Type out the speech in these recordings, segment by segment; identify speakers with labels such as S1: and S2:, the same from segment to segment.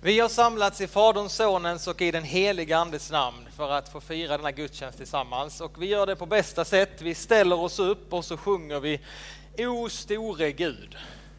S1: Vi har samlats i Faderns, Sonens och i den heliga Andes namn för att få fira denna gudstjänst tillsammans. Och vi gör det på bästa sätt. Vi ställer oss upp och så sjunger vi O store Gud.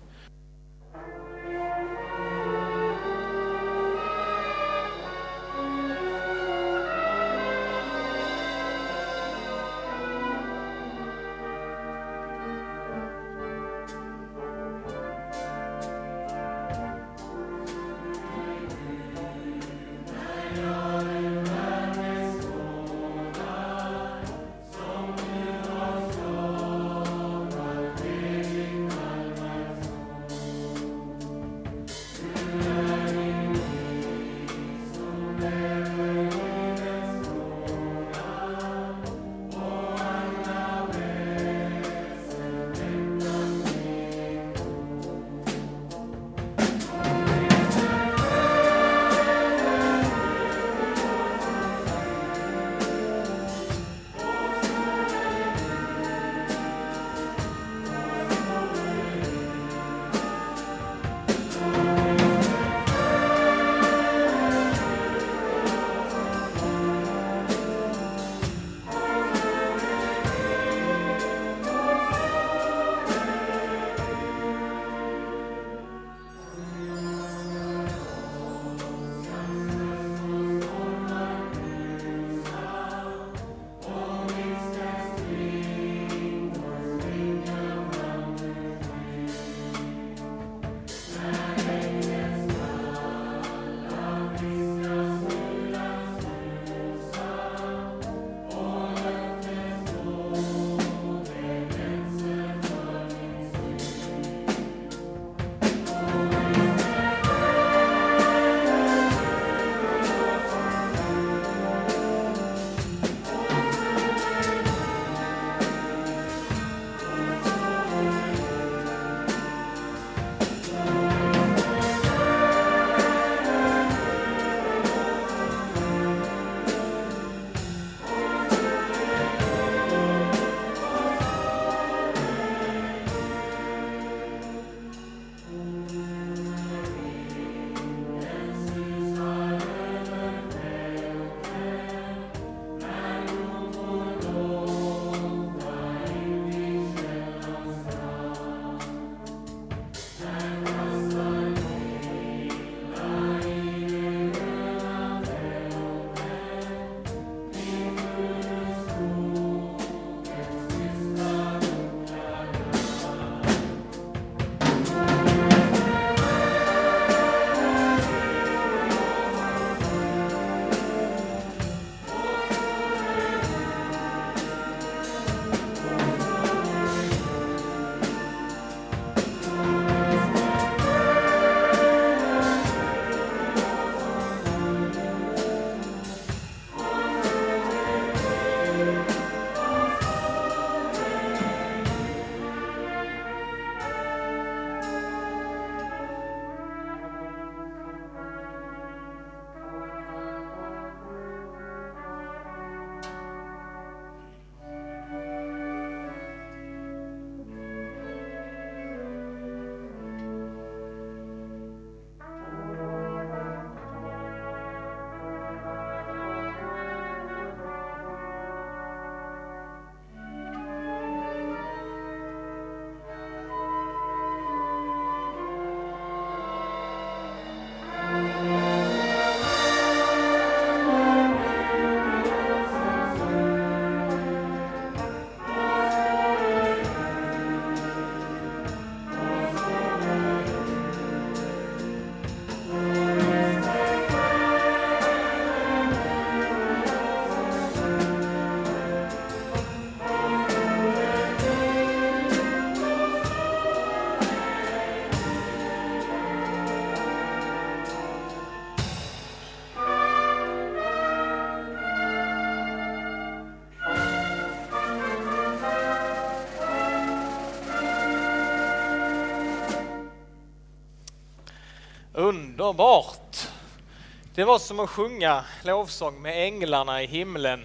S1: Underbart! Det var som att sjunga lovsång med änglarna i himlen.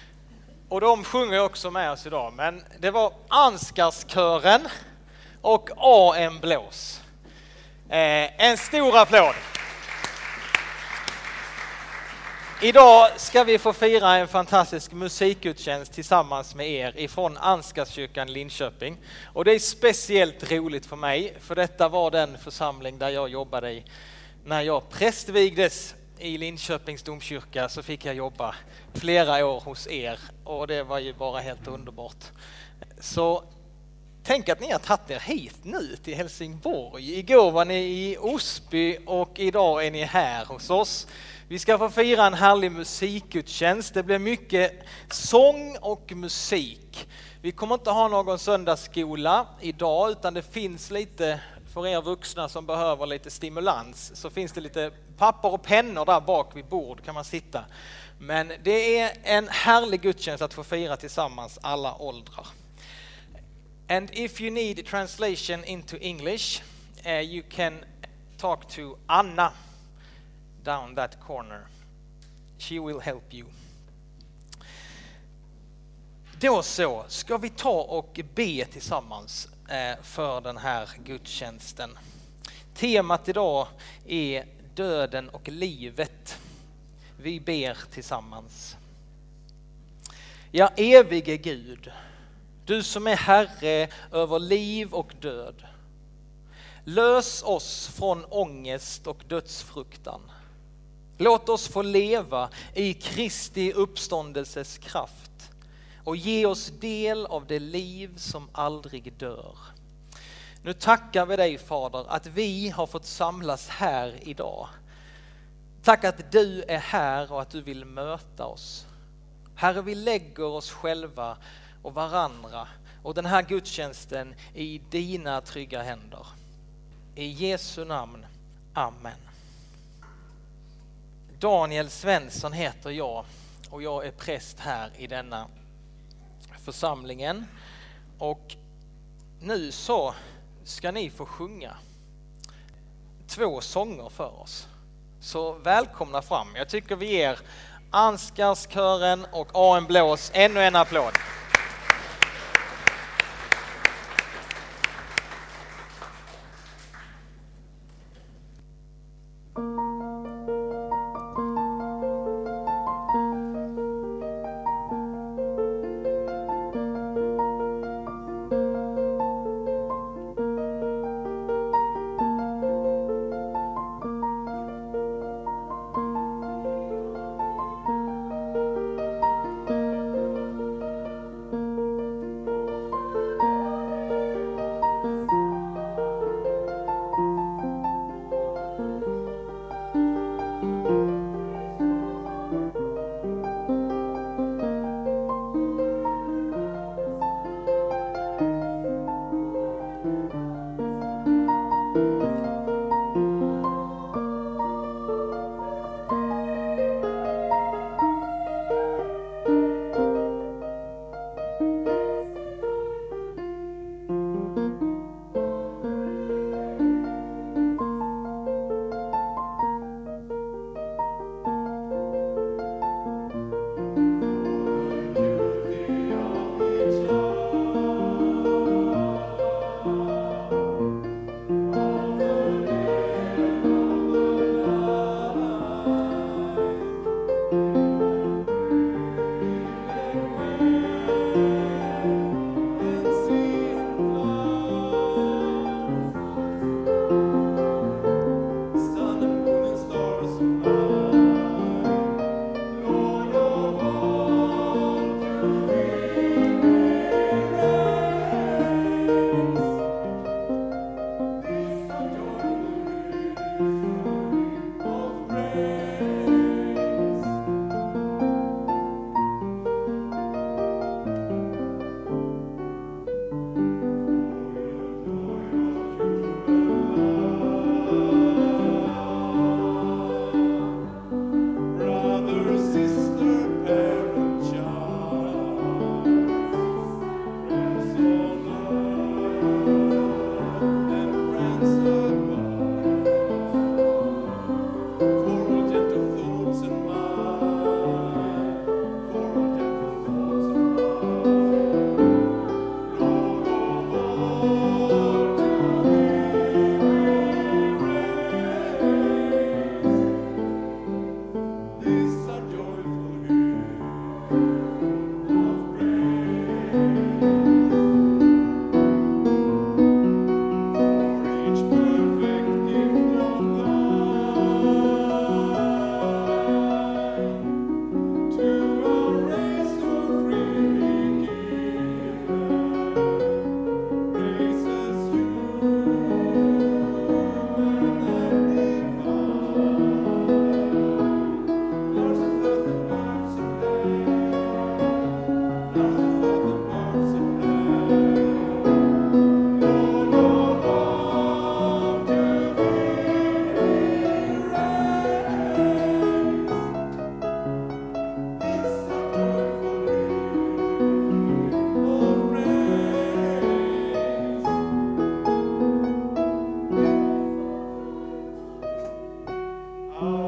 S1: Och de sjunger också med oss idag. Men det var Ansgarskören och AM Blås. En stor applåd! Idag ska vi få fira en fantastisk musikgudstjänst tillsammans med er ifrån Ansgarskyrkan Linköping. Och det är speciellt roligt för mig, för detta var den församling där jag jobbade i. När jag prästvigdes i Linköpings domkyrka så fick jag jobba flera år hos er och det var ju bara helt underbart. Så tänk att ni har tagit er hit nu till Helsingborg. Igår var ni i Osby och idag är ni här hos oss. Vi ska få fira en härlig musikgudstjänst. Det blir mycket sång och musik. Vi kommer inte ha någon söndagsskola idag utan det finns lite, för er vuxna som behöver lite stimulans, så finns det lite papper och pennor där bak vid bord kan man sitta. Men det är en härlig gudstjänst att få fira tillsammans alla åldrar. And if you need translation into English, you can talk to Anna down that corner. She will help you. Då så, ska vi ta och be tillsammans för den här gudstjänsten. Temat idag är döden och livet. Vi ber tillsammans. Ja, evige Gud, du som är Herre över liv och död. Lös oss från ångest och dödsfruktan. Låt oss få leva i Kristi uppståndelses kraft och ge oss del av det liv som aldrig dör. Nu tackar vi dig, Fader, att vi har fått samlas här idag. Tack att du är här och att du vill möta oss. Herre, vi lägger oss själva och varandra och den här gudstjänsten i dina trygga händer. I Jesu namn. Amen. Daniel Svensson heter jag och jag är präst här i denna församlingen. Och nu så ska ni få sjunga 2 sånger för oss. Så välkomna fram. Jag tycker vi ger Ansgarskören och A.M. Blås ännu en applåd.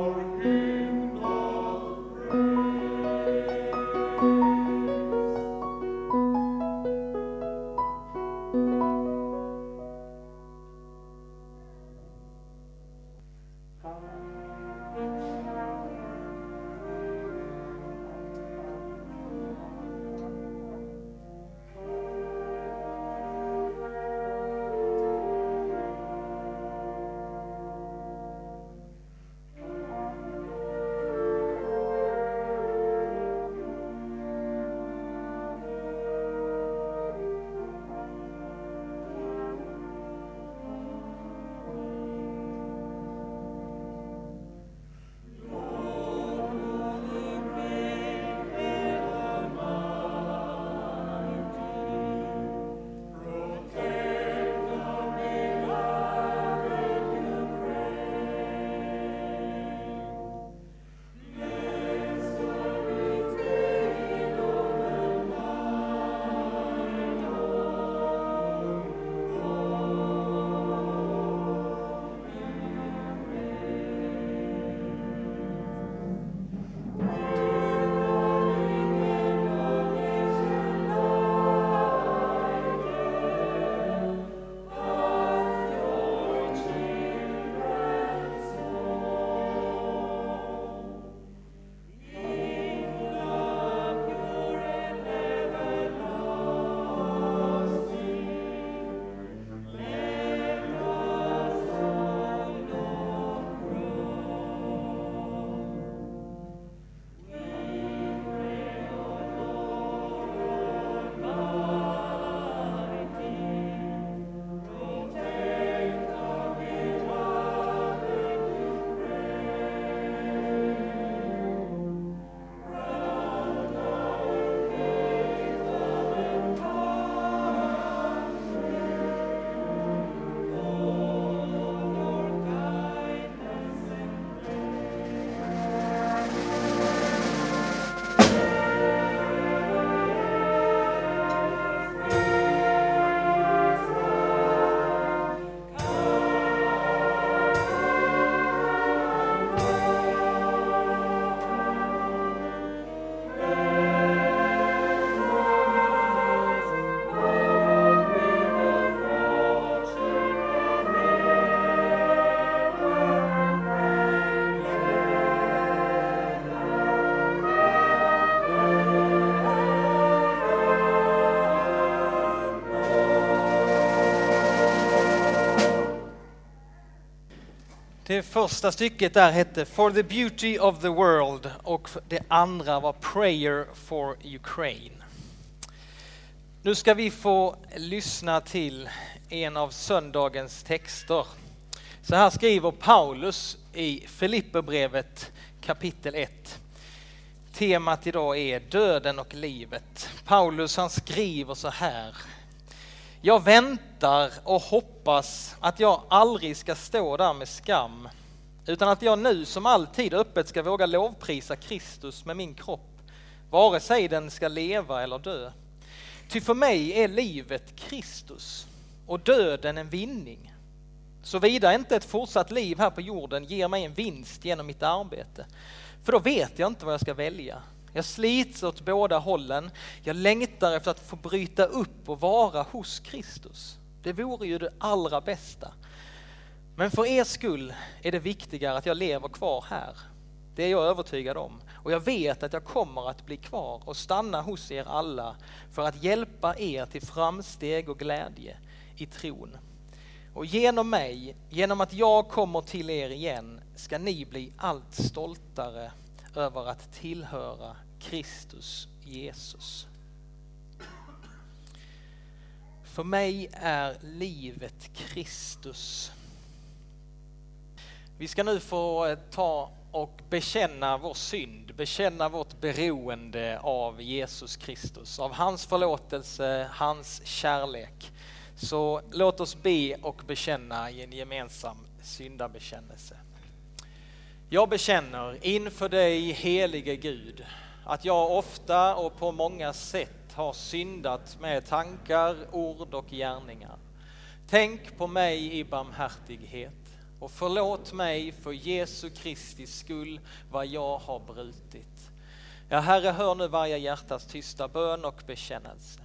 S1: Det första stycket där hette For the beauty of the world och det andra var Prayer for Ukraine. Nu ska vi få lyssna till en av söndagens texter. Så här skriver Paulus i Filipperbrevet kapitel 1. Temat idag är döden och livet. Paulus han skriver så här. Jag väntar och hoppas att jag aldrig ska stå där med skam, utan att jag nu som alltid öppet ska våga lovprisa Kristus med min kropp, vare sig den ska leva eller dö. Ty för mig är livet Kristus och döden en vinning. Såvida inte ett fortsatt liv här på jorden ger mig en vinst genom mitt arbete. För då vet jag inte vad jag ska välja. Jag slits åt båda hållen. Jag längtar efter att få bryta upp och vara hos Kristus. Det vore ju det allra bästa. Men för er skull är det viktigare att jag lever kvar här. Det är jag övertygad om. Och jag vet att jag kommer att bli kvar och stanna hos er alla för att hjälpa er till framsteg och glädje i tron. Och genom mig, genom att jag kommer till er igen, ska ni bli allt stoltare över att tillhöra Kristus Jesus. För mig är livet Kristus. Vi ska nu få ta och bekänna vår synd, bekänna vårt beroende av Jesus Kristus, av hans förlåtelse, hans kärlek. Så låt oss be och bekänna i en gemensam syndabekännelse. Jag bekänner inför dig, helige Gud, att jag ofta och på många sätt har syndat med tankar, ord och gärningar. Tänk på mig i barmhärtighet. Och förlåt mig för Jesu Kristi skull vad jag har brutit. Ja, Herre, hör nu varje hjärtas tysta bön och bekännelse.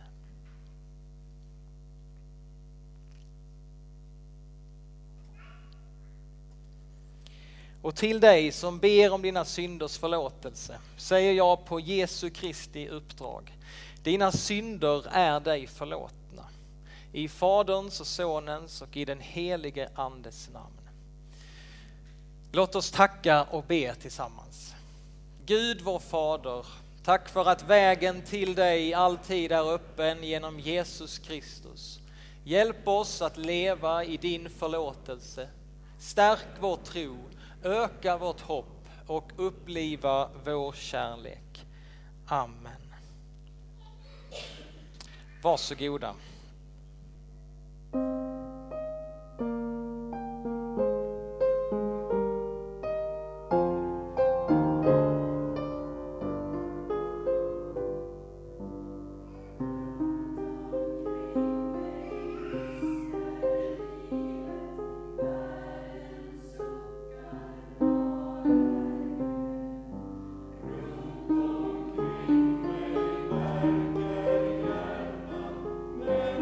S1: Och till dig som ber om dina synders förlåtelse säger jag på Jesu Kristi uppdrag: dina synder är dig förlåtna. I Faderns och Sonens och i den helige Andes namn. Låt oss tacka och be tillsammans. Gud vår Fader, tack för att vägen till dig alltid är öppen genom Jesus Kristus. Hjälp oss att leva i din förlåtelse. Stärk vår tro, öka vårt hopp och uppliva vår kärlek. Amen. Varsågoda.
S2: Med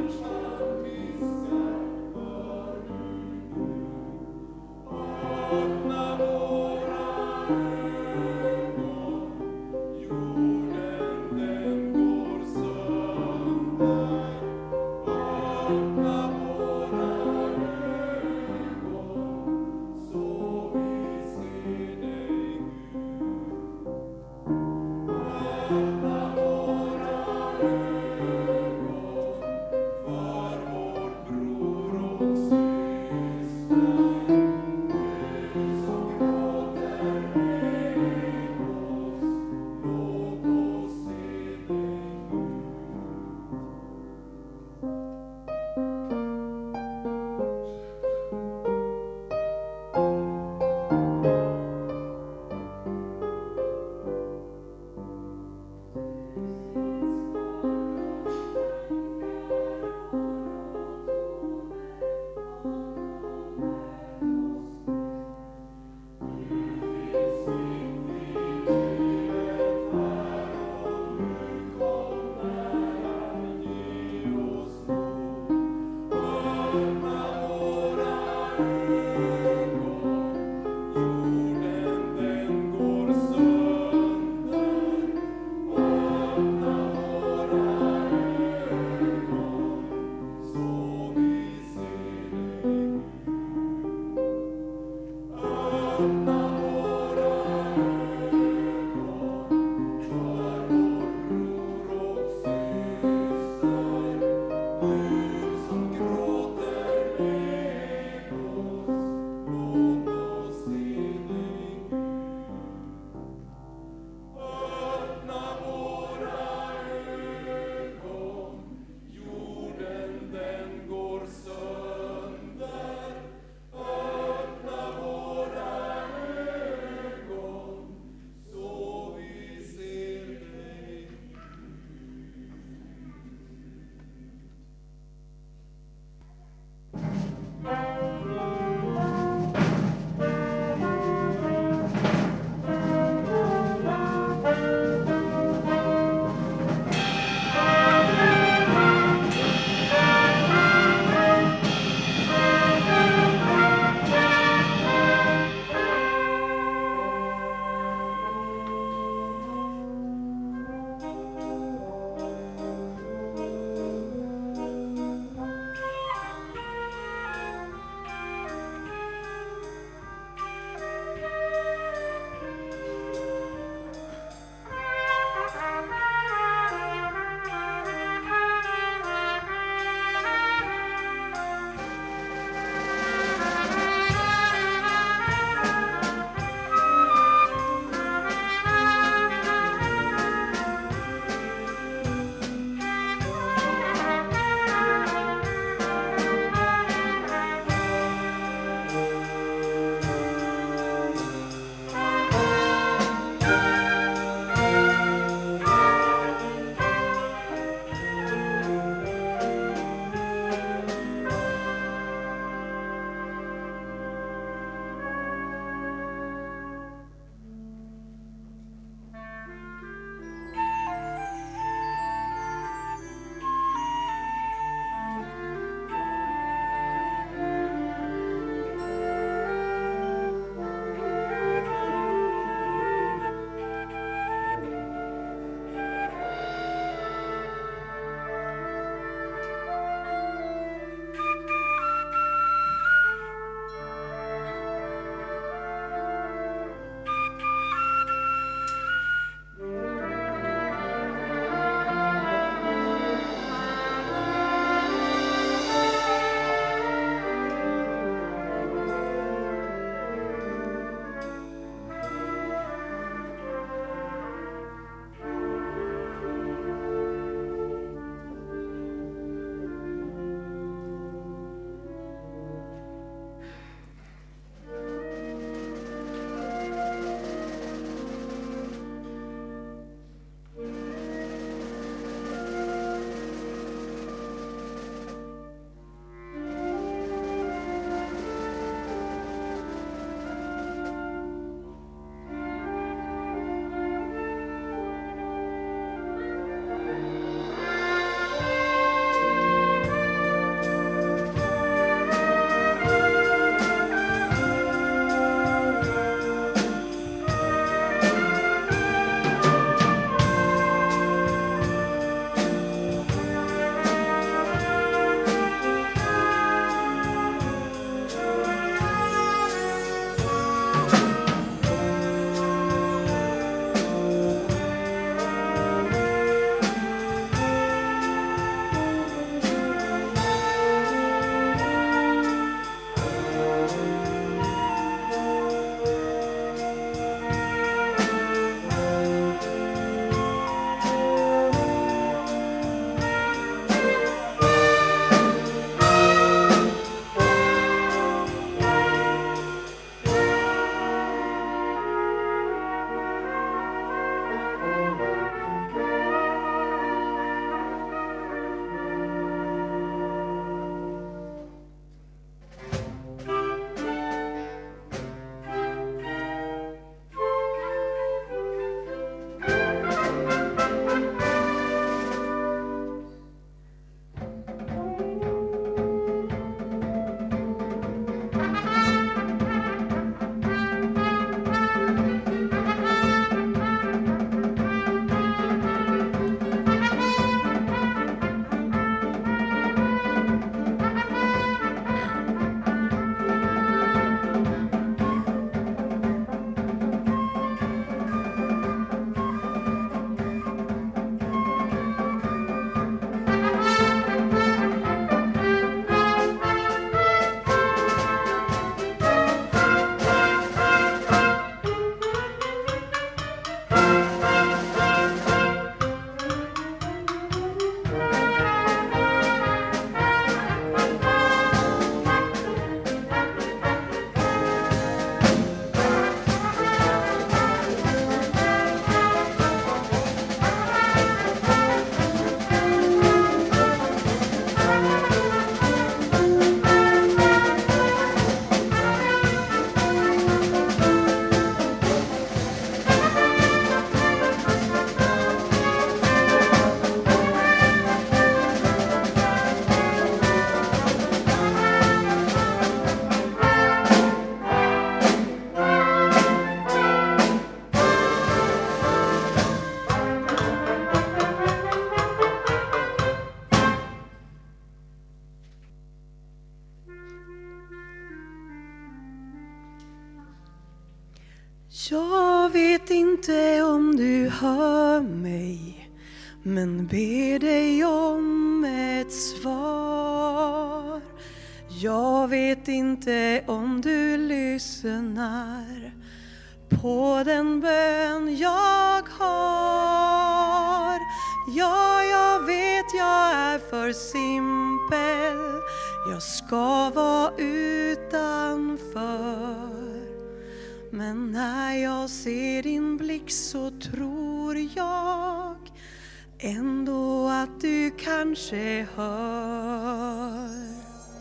S2: Jag vet inte om du hör mig, men ber dig om ett svar. Jag vet inte om du lyssnar på den bön jag har. Ja, jag vet jag är för simpel. Jag ska vara utanför. Men när jag ser din blick så tror jag ändå att du kanske hör.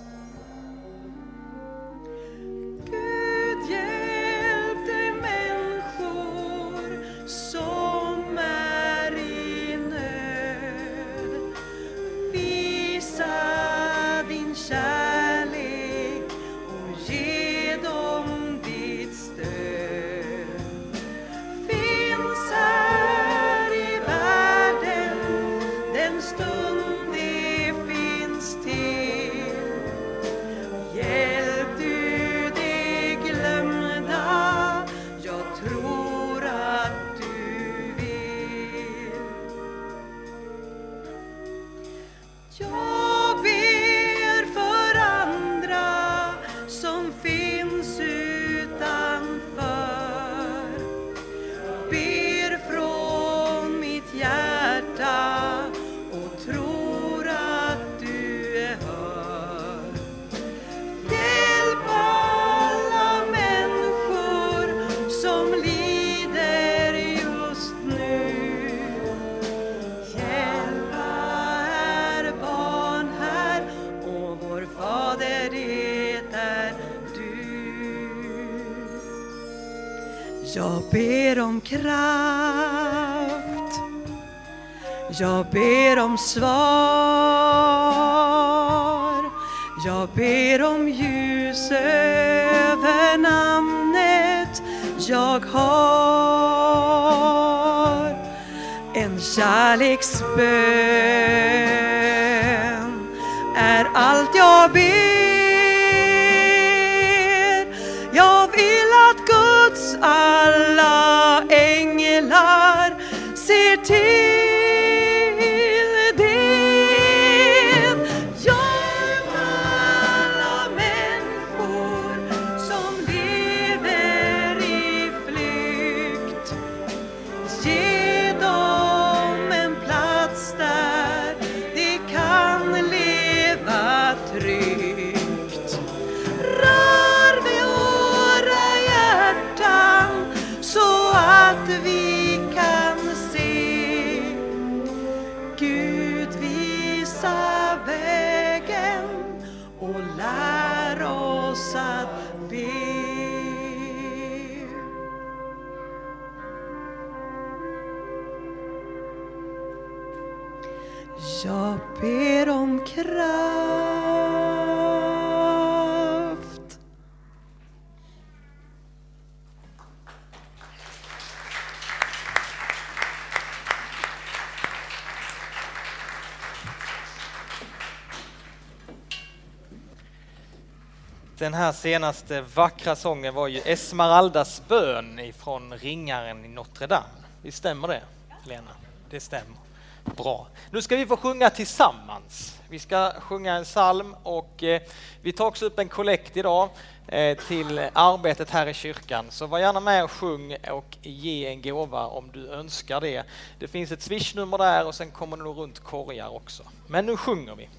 S2: Gud hjälp dig människor som är i nöd. Visa din kärlek och ge dem ditt stöd. Finns här i världen den stund det finns till. Hjälp du det glömda, jag tror att du vill. Jag ber för andra som finns utanför. Ber från mitt hjärta och tror att du hör. Hjälp alla människor som lider just nu. Hjälpa är barn här och vår Fader det är du. Jag ber om kraft. Jag ber om svar. Jag ber om ljus över namnet jag har. En kärleksbön är allt jag ber. Jag vill att Guds alla änglar ser till det. Hjälp alla människor som lever i flykt. Ge dem en plats där de kan leva tryggt. Rör vid våra hjärtan så att vi kan se. Gud visa vägen och lär oss att be. Jag ber om kraft.
S1: Den här senaste vackra sången var ju Esmeraldas bön ifrån ringaren i Notre Dame. Visst stämmer det, Lena? Det stämmer. Bra. Nu ska vi få sjunga tillsammans. Vi ska sjunga en psalm och vi tar också upp en kollekt idag till arbetet här i kyrkan. Så var gärna med och sjung och ge en gåva om du önskar det. Det finns ett swishnummer där och sen kommer det nog runt korgar också. Men nu sjunger vi.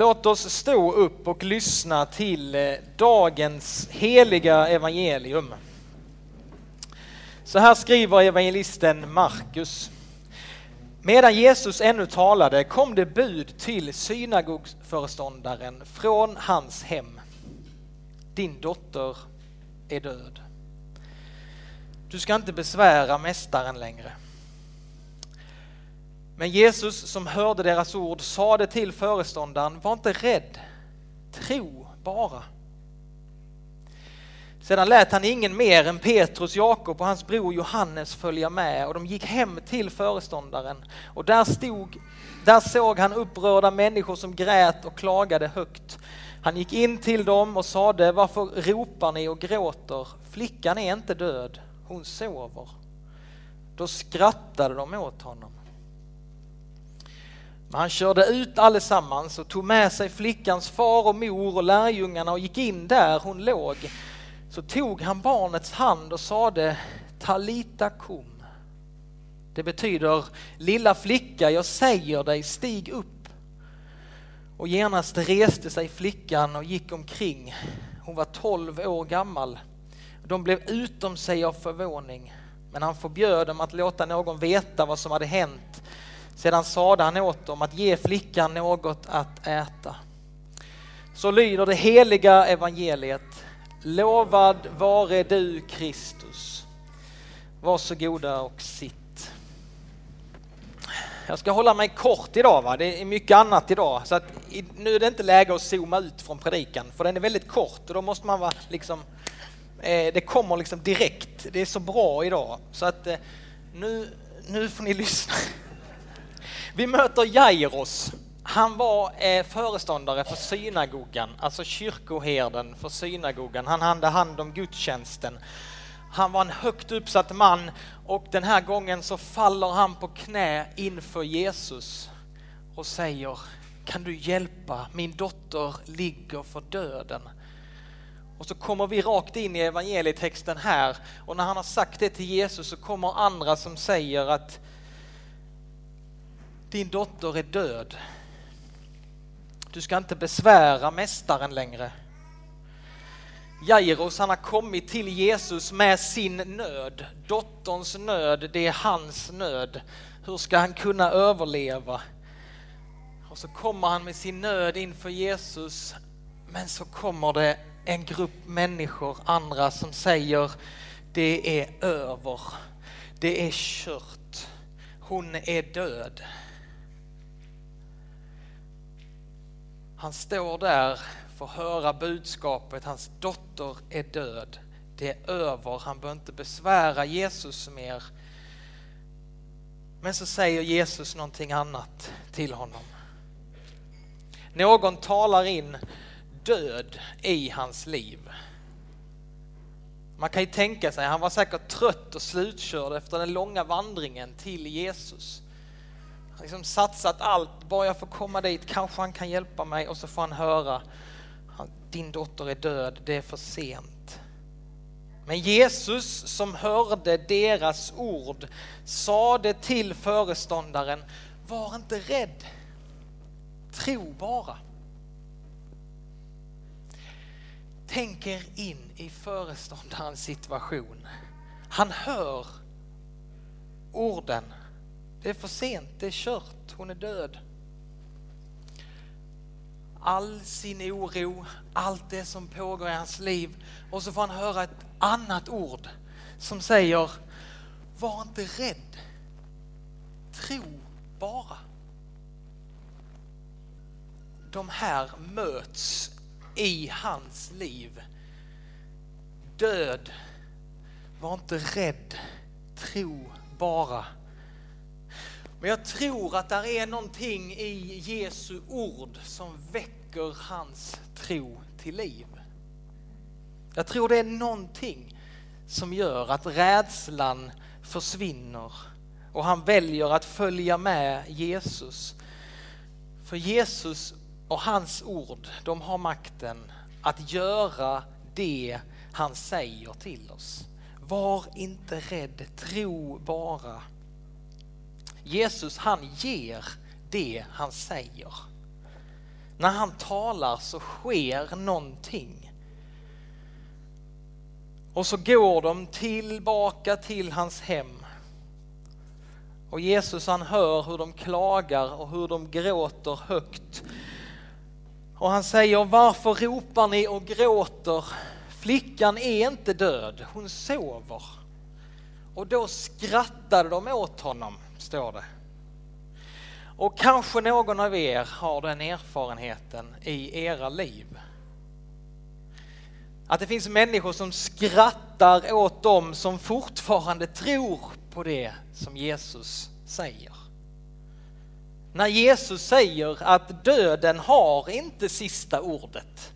S1: Låt oss stå upp och lyssna till dagens heliga evangelium. Så här skriver evangelisten Markus. Medan Jesus ännu talade kom det bud till synagogföreståndaren från hans hem. Din dotter är död. Du ska inte besvära mästaren längre. Men Jesus, som hörde deras ord, sade till föreståndaren: var inte rädd, tro bara. Sedan lät han ingen mer än Petrus, Jakob och hans bror Johannes följa med, och de gick hem till föreståndaren. Och där såg han upprörda människor som grät och klagade högt. Han gick in till dem och sade: varför ropar ni och gråter? Flickan är inte död, hon sover. Då skrattade de åt honom. Men han körde ut allesammans och tog med sig flickans far och mor och lärjungarna och gick in där hon låg. Så tog han barnets hand och sade: Talita kum. Det betyder: lilla flicka, jag säger dig, stig upp. Och genast reste sig flickan och gick omkring. Hon var 12 år gammal. De blev utom sig av förvåning. Men han förbjöd dem att låta någon veta vad som hade hänt. Sedan sade han åt dem att ge flickan något att äta. Så lyder det heliga evangeliet. Lovad vare du, Kristus. Varsågoda och sitt. Jag ska hålla mig kort idag, va? Det är mycket annat idag. Så att nu är det inte läge att zooma ut från predikan. För den är väldigt kort och då måste man vara liksom... det kommer liksom direkt. Det är så bra idag. Så att nu får ni lyssna. Vi möter Jairus. Han var föreståndare för synagogan, alltså kyrkoherden för synagogan. Han hade hand om gudstjänsten. Han var en högt uppsatt man och den här gången så faller han på knä inför Jesus och säger: kan du hjälpa? Min dotter ligger för döden. Och så kommer vi rakt in i evangelietexten här, och när han har sagt det till Jesus så kommer andra som säger att din dotter är död. Du ska inte besvära mästaren längre. Jairus, han har kommit till Jesus med sin nöd. Dotterns nöd, det är hans nöd. Hur ska han kunna överleva? Och så kommer han med sin nöd inför Jesus. Men så kommer det en grupp människor, andra, som säger: det är över. Det är kört. Hon är död. Han står där för att höra budskapet. Hans dotter är död. Det är över. Han bör inte besvära Jesus mer. Men så säger Jesus någonting annat till honom. Någon talar in död i hans liv. Man kan ju tänka sig, han var säkert trött och slutkörd efter den långa vandringen till Jesus. Han har liksom satsat allt, bara jag får komma dit, kanske han kan hjälpa mig. Och så får han höra: din dotter är död, det är för sent. Men Jesus, som hörde deras ord, sade till föreståndaren: var inte rädd, tro bara. Tänk er in i föreståndarens situation. Han hör orden: det är för sent, det är kört, hon är död. All sin oro, allt det som pågår i hans liv. Och så får han höra ett annat ord som säger: var inte rädd, tro bara. De här möts i hans liv. Död, var inte rädd, tro bara. Men jag tror att det är någonting i Jesu ord som väcker hans tro till liv. Jag tror det är någonting som gör att rädslan försvinner och han väljer att följa med Jesus. För Jesus och hans ord, de har makten att göra det han säger till oss. Var inte rädd, tro bara. Jesus, han ger det han säger. När han talar så sker någonting. Och så går de tillbaka till hans hem. Och Jesus han hör hur de klagar och hur de gråter högt. Och han säger, varför ropar ni och gråter? Flickan är inte död, hon sover. Och då skrattade de åt honom, står det. Och kanske någon av er har den erfarenheten i era liv. Att det finns människor som skrattar åt dem som fortfarande tror på det som Jesus säger. När Jesus säger att döden har inte sista ordet.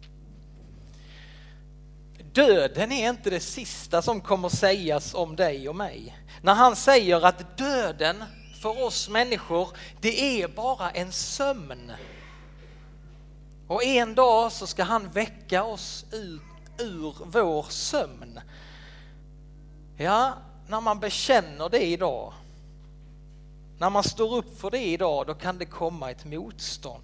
S1: Döden är inte det sista som kommer sägas om dig och mig. När han säger att döden för oss människor, det är bara en sömn. Och en dag så ska han väcka oss ur vår sömn. Ja, när man bekänner det idag, när man står upp för det idag, då kan det komma ett motstånd.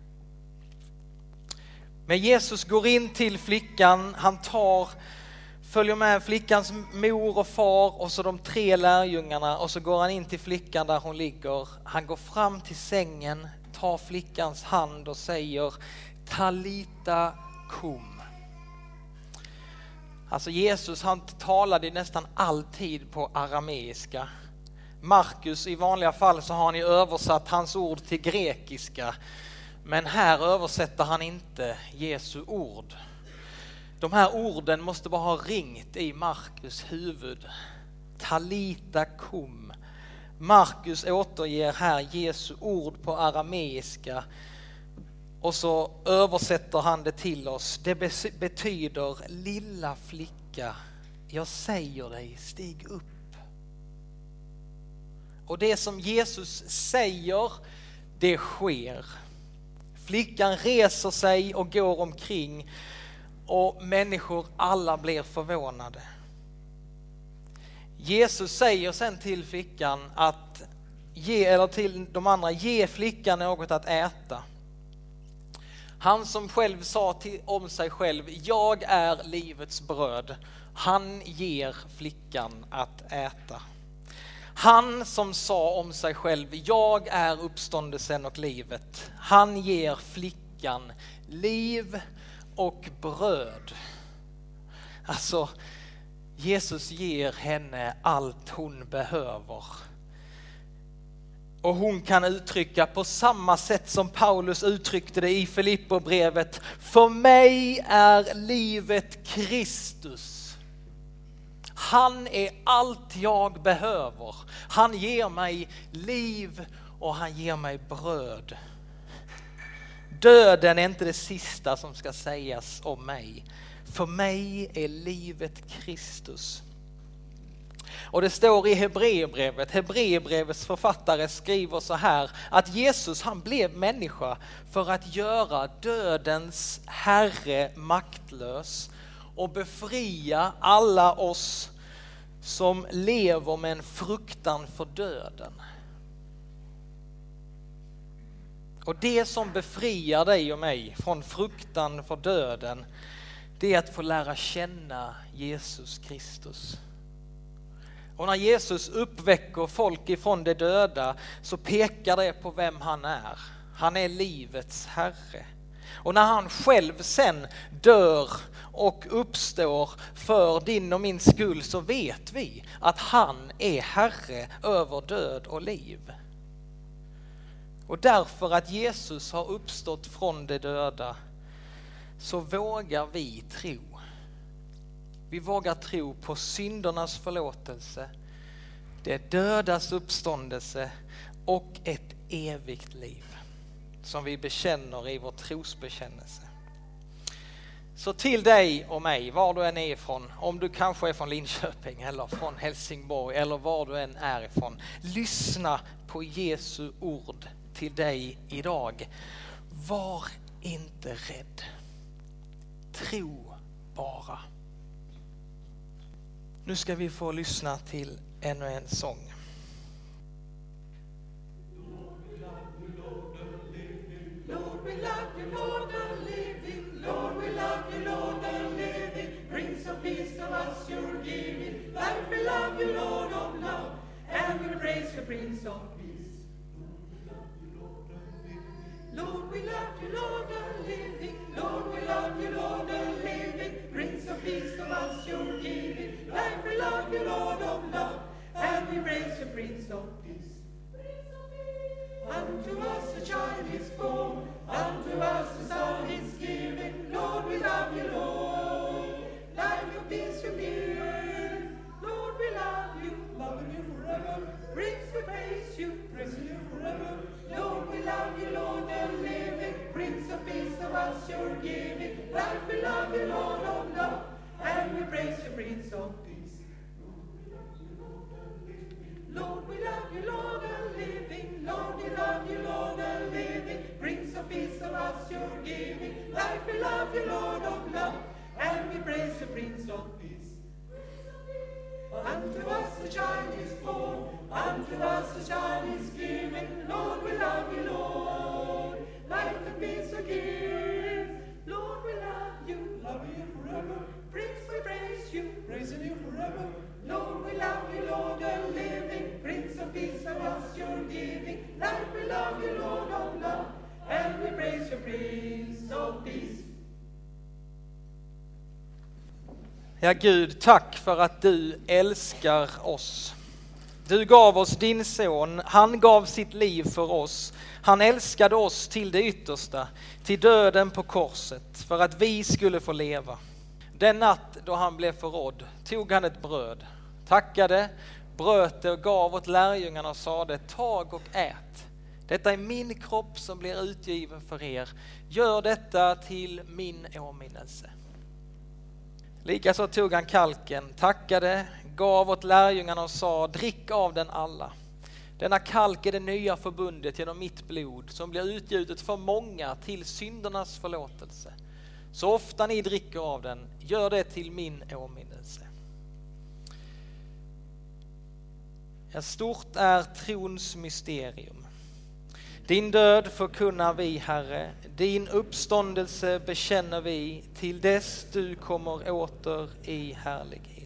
S1: Men Jesus går in till flickan, han följer med flickans mor och far och så de 3 lärjungarna, och så går han in till flickan där hon ligger. Han går fram till sängen, tar flickans hand och säger Talita kum. Alltså Jesus han talade nästan alltid på arameiska. Markus i vanliga fall så har han ju översatt hans ord till grekiska. Men här översätter han inte Jesu ord. De här orden måste bara ha ringt i Markus huvud. Talita kum. Markus återger här Jesu ord på arameiska. Och så översätter han det till oss. Det betyder lilla flicka, jag säger dig, stig upp. Och det som Jesus säger, det sker. Flickan reser sig och går omkring och människor alla blir förvånade. Jesus säger sen till flickan till de andra, ge flickan något att äta. Han som själv sa om sig själv, jag är livets bröd. Han ger flickan att äta. Han som sa om sig själv, jag är uppståndelsen och livet. Han ger flickan liv och bröd. Alltså, Jesus ger henne allt hon behöver. Och hon kan uttrycka på samma sätt som Paulus uttryckte det i Filipperbrevet. För mig är livet Kristus. Han är allt jag behöver. Han ger mig liv och han ger mig bröd. Döden är inte det sista som ska sägas om mig. För mig är livet Kristus. Och det står i Hebreerbrevets författare skriver så här, att Jesus han blev människa för att göra dödens herre maktlös och befria alla oss som lever med en fruktan för döden. Och det som befriar dig och mig från fruktan för döden, det är att få lära känna Jesus Kristus. Och när Jesus uppväcker folk ifrån de döda så pekar det på vem han är. Han är livets herre. Och när han själv sen dör och uppstår för din och min skull, så vet vi att han är herre över död och liv. Och därför att Jesus har uppstått från de döda så vågar vi tro. Vi vågar tro på syndernas förlåtelse, det dödas uppståndelse och ett evigt liv som vi bekänner i vår trosbekännelse. Så till dig och mig, var du än är ifrån, om du kanske är från Linköping eller från Helsingborg eller var du än är ifrån, lyssna på Jesu ord till dig idag. Var inte rädd. Tro bara. Nu ska vi få lyssna till ännu en sång.
S2: Lord, we love you. Prince of Peace. Lord, we love you, Lord, the living. Lord, we love you, Lord, the living. Prince of Peace, of us you're giving. Life, we love you, Lord of love. And we praise you, Prince of Peace. Unto us a child is born, unto us a son is given. Lord, we love you, Lord. Life and peace you give. Lord, we love you, loving you forever. Prince, we praise you, praising you forever. Lord, we love you, Lord, the living. Prince of Peace, of us you're giving. Life, we love you, Lord of love. And we praise you, Prince of Peace. Lord, we love you, Lord, the living. Lord, we love you, Lord, the living. Prince of Peace, of us you're giving. Life, we love you, Lord of love. And we praise you, Prince of Peace. Unto us a child is born, unto us a child is given. Lord, we love you, Lord. Life and peace you give. Lord, we love you, loving you forever. Prince, we praise you, praising you forever. Lord, we love you, Lord, the living. Prince of Peace, of us you're giving. Life, we love you, Lord of love. And we praise you, Prince of Peace.
S1: Ja, Gud, tack för att du älskar oss. Du gav oss din son, han gav sitt liv för oss. Han älskade oss till det yttersta, till döden på korset, för att vi skulle få leva. Den natt då han blev förrådd tog han ett bröd, tackade, bröt det och gav åt lärjungarna och sade: tag och ät. Detta är min kropp som blir utgiven för er. Gör detta till min åminnelse. Likaså tog han kalken, tackade, gav åt lärjungarna och sa: drick av den alla. Denna kalk är det nya förbundet genom mitt blod som blir utgjutet för många till syndernas förlåtelse. Så ofta ni dricker av den, gör det till min åminnelse. Ja, stort är trons mysterium. Din död förkunnar vi, Herre, din uppståndelse bekänner vi till dess du kommer åter i härlighet.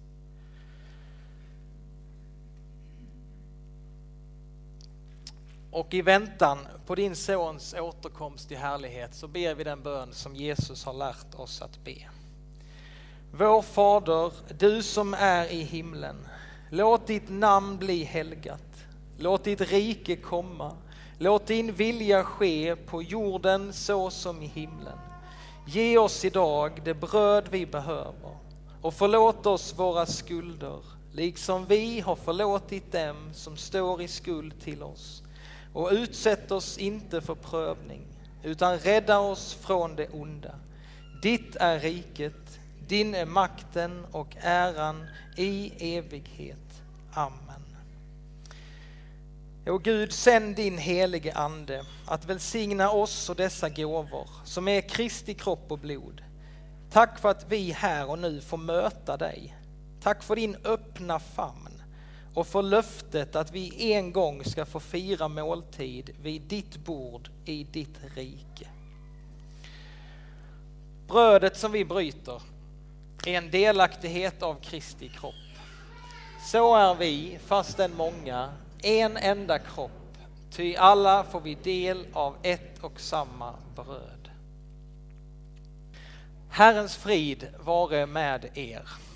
S1: Och i väntan på din sons återkomst i härlighet så ber vi den bön som Jesus har lärt oss att be. Vår Fader, du som är i himlen, låt ditt namn bli helgat. Låt ditt rike komma. Låt din vilja ske på jorden så som i himlen. Ge oss idag det bröd vi behöver och förlåt oss våra skulder, liksom vi har förlåtit dem som står i skuld till oss. Och utsätt oss inte för prövning, utan rädda oss från det onda. Ditt är riket, din är makten och äran i evighet. Amen. Och Gud, sänd din helige ande att välsigna oss och dessa gåvor som är Kristi kropp och blod. Tack för att vi här och nu får möta dig. Tack för din öppna famn och för löftet att vi en gång ska få fira måltid vid ditt bord i ditt rike. Brödet som vi bryter är en delaktighet av Kristi kropp. Så är vi, fastän många, en enda kropp, ty alla får vi del av ett och samma bröd. Herrens frid vare med er.